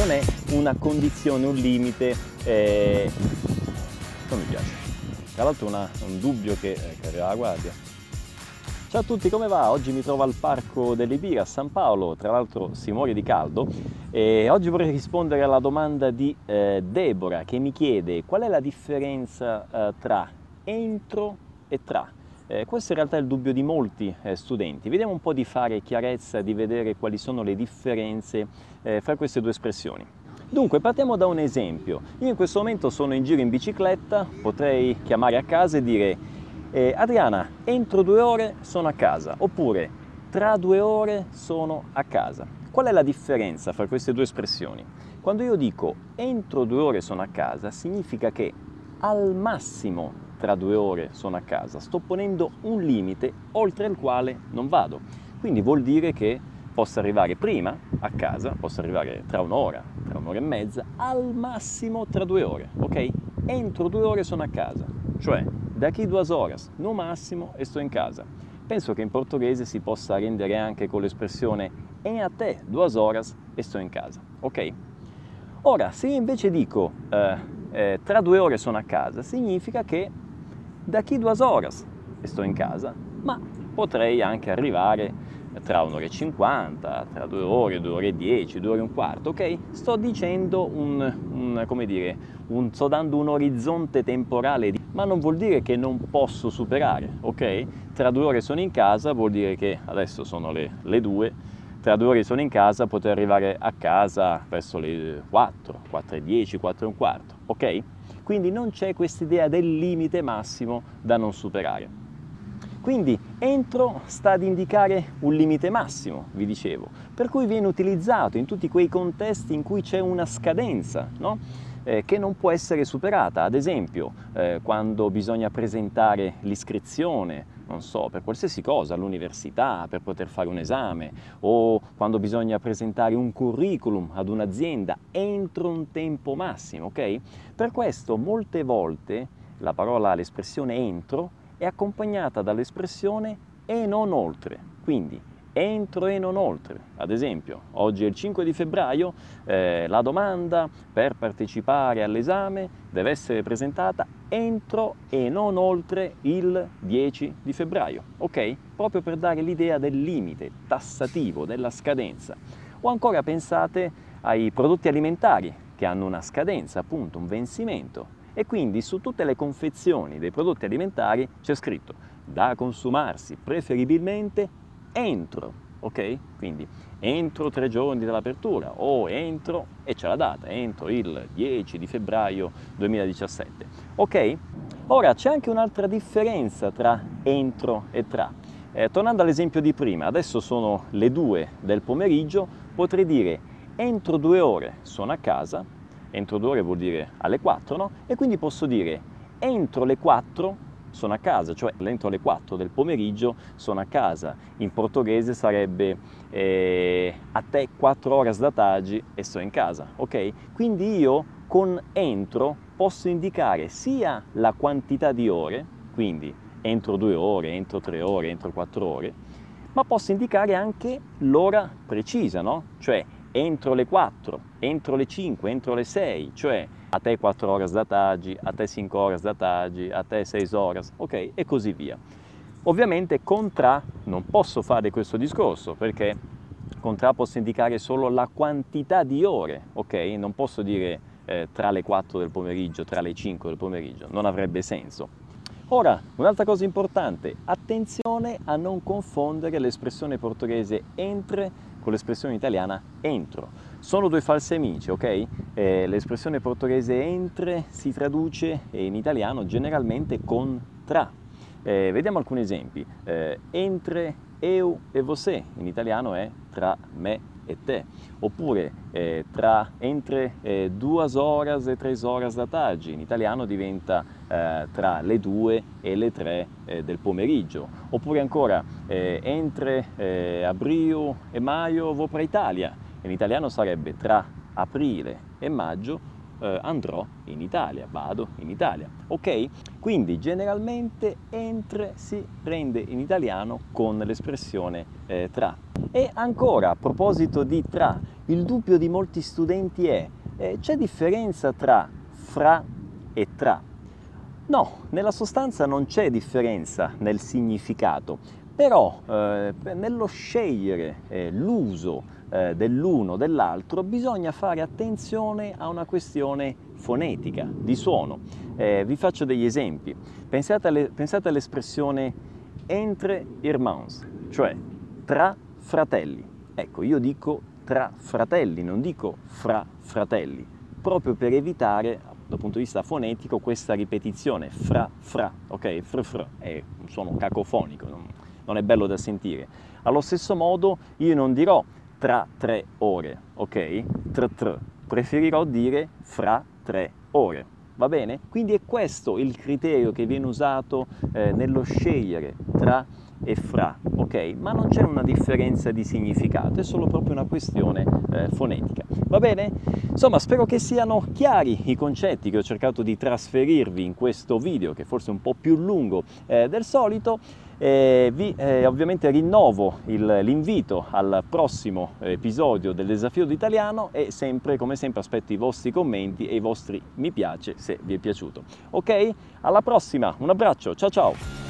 non è una condizione, un limite, non mi piace. Tra l'altro un dubbio che arriva alla guardia. Ciao a tutti, come va? Oggi mi trovo al Parco delle Pire a San Paolo, tra l'altro si muore di caldo, e oggi vorrei rispondere alla domanda di Deborah, che mi chiede qual è la differenza tra entro e tra. Questo in realtà è il dubbio di molti studenti. Vediamo un po' di fare chiarezza, di vedere quali sono le differenze fra queste due espressioni. Dunque, partiamo da un esempio. Io in questo momento sono in giro in bicicletta, potrei chiamare a casa e dire Adriana, entro 2 ore sono a casa, oppure tra 2 ore sono a casa. Qual è la differenza fra queste due espressioni? Quando io dico entro 2 ore sono a casa, significa che al massimo tra 2 ore sono a casa. Sto ponendo un limite oltre il quale non vado. Quindi vuol dire che posso arrivare prima a casa, posso arrivare tra un'ora e mezza, al massimo tra 2 ore, ok? Entro 2 ore sono a casa, cioè daqui 2 horas, no massimo, e sto in casa. Penso che in portoghese si possa rendere anche con l'espressione em até 2 horas e sto in casa, ok? Ora, se invece dico tra 2 ore sono a casa, significa che daqui 2 horas e sto in casa, ma potrei anche arrivare tra 1 ora e 50, tra 2 ore, 2 ore e 10, 2 ore e un quarto, ok? Sto dicendo sto dando un orizzonte temporale, ma non vuol dire che non posso superare, ok? Tra 2 ore sono in casa, vuol dire che adesso sono le 2, tra 2 ore sono in casa, potrei arrivare a casa verso le 4, 4 e 10, 4 e un quarto, ok? Quindi non c'è quest'idea del limite massimo da non superare. Quindi entro sta ad indicare un limite massimo, vi dicevo, per cui viene utilizzato in tutti quei contesti in cui c'è una scadenza, no? Che non può essere superata. Ad esempio, quando bisogna presentare l'iscrizione, non so, per qualsiasi cosa, all'università, per poter fare un esame, o quando bisogna presentare un curriculum ad un'azienda entro un tempo massimo, ok? Per questo molte volte l'espressione entro è accompagnata dall'espressione e non oltre, quindi entro e non oltre. Ad esempio, oggi è il 5 di febbraio, la domanda per partecipare all'esame deve essere presentata entro e non oltre il 10 di febbraio, ok? Proprio per dare l'idea del limite tassativo, della scadenza. O ancora pensate ai prodotti alimentari che hanno una scadenza, appunto, un vencimento. E quindi su tutte le confezioni dei prodotti alimentari c'è scritto da consumarsi preferibilmente entro, ok? Quindi entro 3 giorni dall'apertura o entro, e c'è la data, entro il 10 di febbraio 2017, ok? Ora c'è anche un'altra differenza tra entro e tra. Tornando all'esempio di prima, adesso sono le 2 del pomeriggio, potrei dire entro 2 ore sono a casa. Entro 2 ore vuol dire alle 4, no? E quindi posso dire entro le 4 sono a casa, cioè entro le 4 del pomeriggio sono a casa. In portoghese sarebbe a te 4 horas da tarde e sto in casa, ok? Quindi io con entro posso indicare sia la quantità di ore, quindi entro 2 ore, entro 3 ore, entro 4 ore, ma posso indicare anche l'ora precisa, no? Cioè entro le 4, entro le 5, entro le 6, cioè a te 4 horas da tarde, a te 5 horas da tarde, a te 6 horas, ok? E così via. Ovviamente con tra non posso fare questo discorso, perché con tra posso indicare solo la quantità di ore, ok? Non posso dire tra le 4 del pomeriggio, tra le 5 del pomeriggio, non avrebbe senso. Ora, un'altra cosa importante, attenzione a non confondere l'espressione portoghese entre con l'espressione italiana entro. Sono 2 falsi amici, ok? L'espressione portoghese entre si traduce in italiano generalmente con tra. Vediamo alcuni esempi. Entre eu e você, in italiano è tra me e te. Oppure entre 2 horas e 3 horas da tarde, in italiano diventa tra le 2 e le 3 del pomeriggio. Oppure ancora entre abril e maio vou para Italia, in italiano sarebbe tra aprile e maggio andrò in Italia, vado in Italia, ok? Quindi generalmente entre si prende in italiano con l'espressione tra. E ancora, a proposito di tra, il dubbio di molti studenti è, c'è differenza tra fra e tra? No, nella sostanza non c'è differenza nel significato, però nello scegliere l'uso dell'uno o dell'altro bisogna fare attenzione a una questione fonetica, di suono. Vi faccio degli esempi. Pensate all'espressione entre irmãos, cioè tra fratelli. Ecco, io dico tra fratelli, non dico fra fratelli, proprio per evitare, dal punto di vista fonetico, questa ripetizione fra, ok? Fr, è un suono cacofonico, non è bello da sentire. Allo stesso modo io non dirò tra 3 ore, ok? Preferirò dire fra 3 ore, va bene? Quindi è questo il criterio che viene usato nello scegliere tra e fra, ok? Ma non c'è una differenza di significato, è solo proprio una questione fonetica, va bene? Insomma, spero che siano chiari i concetti che ho cercato di trasferirvi in questo video, che forse è un po' più lungo del solito. Ovviamente rinnovo l'invito al prossimo episodio del Desafio d'Italiano e come sempre aspetto i vostri commenti e i vostri mi piace se vi è piaciuto. Ok? Alla prossima, un abbraccio, ciao ciao!